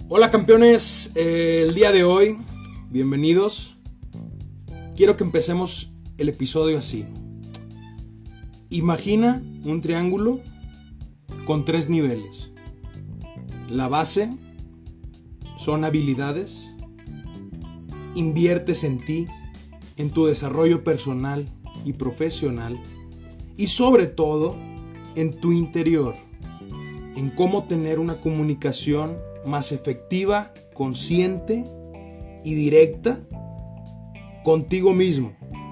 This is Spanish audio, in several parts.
Hola campeones, el día de hoy, bienvenidos. Quiero que empecemos el episodio así. Imagina un triángulo con 3 niveles. La base son habilidades. Inviertes en ti, en tu desarrollo personal y profesional. Y sobre todo, en tu interior. En cómo tener una comunicación más efectiva, consciente y directa contigo mismo.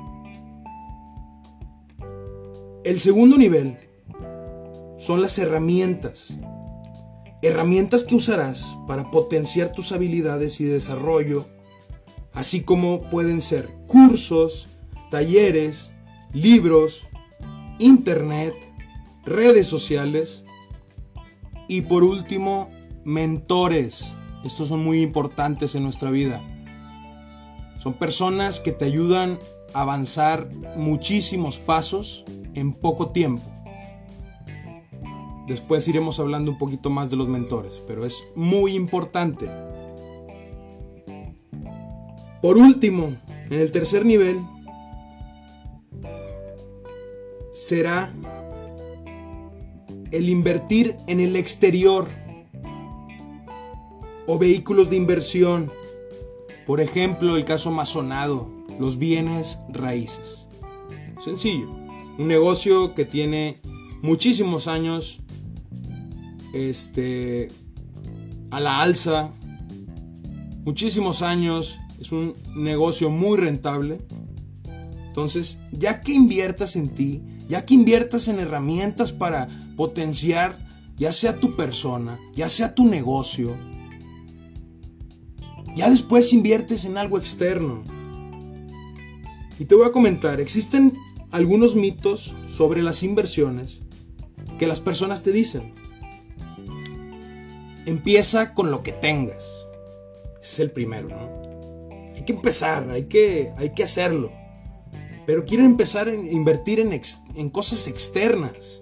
El segundo nivel son las herramientas. Herramientas que usarás para potenciar tus habilidades y desarrollo, así como pueden ser cursos, talleres, libros, internet, redes sociales y por último, mentores. Estos son muy importantes en nuestra vida. Son personas que te ayudan a avanzar muchísimos pasos en poco tiempo. Después iremos hablando un poquito más de los mentores, pero es muy importante. Por último, en el tercer nivel, será el invertir en el exterior o vehículos de inversión. Por ejemplo, el caso más sonado, los bienes raíces. Sencillo, un negocio que tiene muchísimos años a la alza, muchísimos años, es un negocio muy rentable. Entonces, ya que inviertas en ti, ya que inviertas en herramientas para potenciar ya sea tu persona, ya sea tu negocio, ya después inviertes en algo externo. Y te voy a comentar, existen algunos mitos sobre las inversiones que las personas te dicen. Empieza con lo que tengas. Ese es el primero, ¿no? Hay que empezar, hay que hacerlo. Pero quieren empezar a invertir en cosas externas.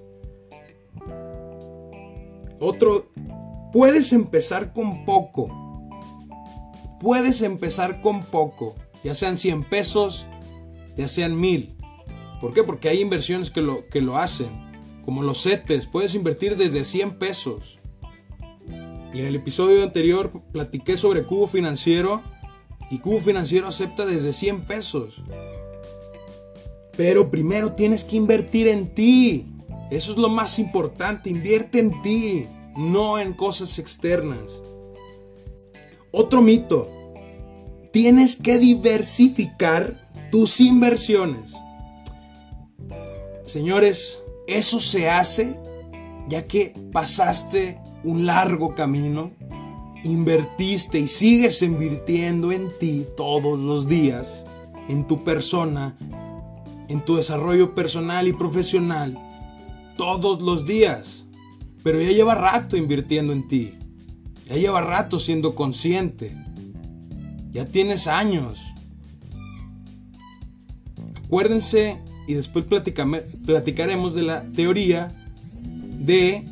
Otro, puedes empezar con poco. Puedes empezar con poco. Ya sean 100 pesos, ya sean 1000. ¿Por qué? Porque hay inversiones que lo hacen. Como los CETES, puedes invertir desde 100 pesos. Y en el episodio anterior platiqué sobre Cubo Financiero. Y Cubo Financiero acepta desde 100 pesos. Pero primero tienes que invertir en ti. Eso es lo más importante. Invierte en ti, no en cosas externas. Otro mito. Tienes que diversificar tus inversiones. Señores, eso se hace ya que pasaste un largo camino, invertiste y sigues invirtiendo en ti todos los días, en tu persona, en tu desarrollo personal y profesional, todos los días. Pero ya lleva rato invirtiendo en ti. Ya lleva rato siendo consciente. Ya tienes años. Acuérdense, y después platicaremos de la teoría de...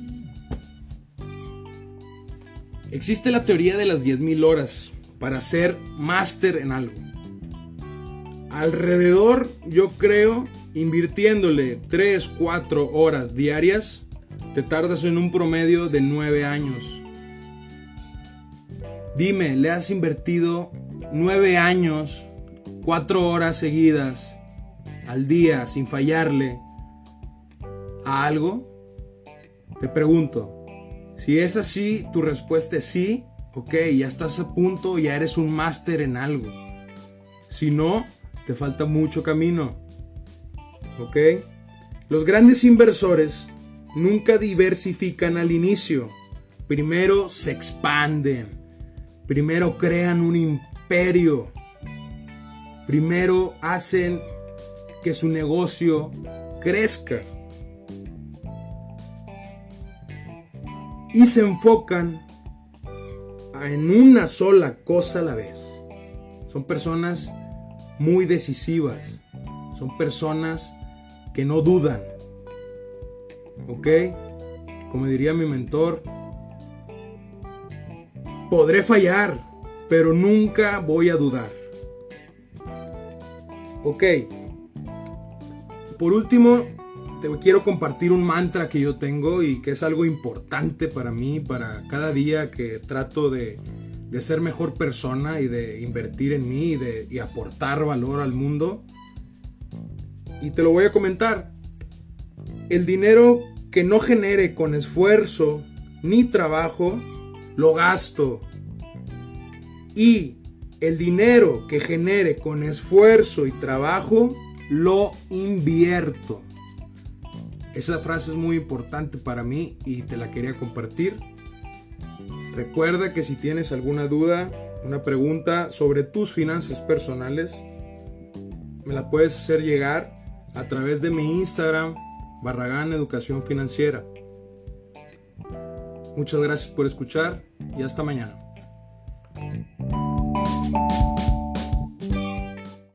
Existe la teoría de las 10,000 horas para ser máster en algo. Alrededor, yo creo, invirtiéndole 3-4 horas diarias, te tardas en un promedio de 9 años. Dime, ¿le has invertido 9 años, 4 horas seguidas al día sin fallarle a algo? Te pregunto, si es así, tu respuesta es sí, ok, ya estás a punto, ya eres un máster en algo. Si no, te falta mucho camino, ok. Los grandes inversores nunca diversifican al inicio. Primero se expanden. Primero crean un imperio. Primero hacen que su negocio crezca. Y se enfocan en una sola cosa a la vez. Son personas muy decisivas. Son personas que no dudan. ¿Ok? Como diría mi mentor, podré fallar, pero nunca voy a dudar. Ok. Por último, te quiero compartir un mantra que yo tengo y que es algo importante para mí, para cada día que trato de ser mejor persona y de invertir en mí y aportar valor al mundo. Y te lo voy a comentar. El dinero que no genere con esfuerzo ni trabajo, lo gasto. Y el dinero que genere con esfuerzo y trabajo, lo invierto. Esa frase es muy importante para mí y te la quería compartir. Recuerda que si tienes alguna duda, una pregunta sobre tus finanzas personales, me la puedes hacer llegar a través de mi Instagram, Barragán Educación Financiera. Muchas gracias por escuchar y hasta mañana.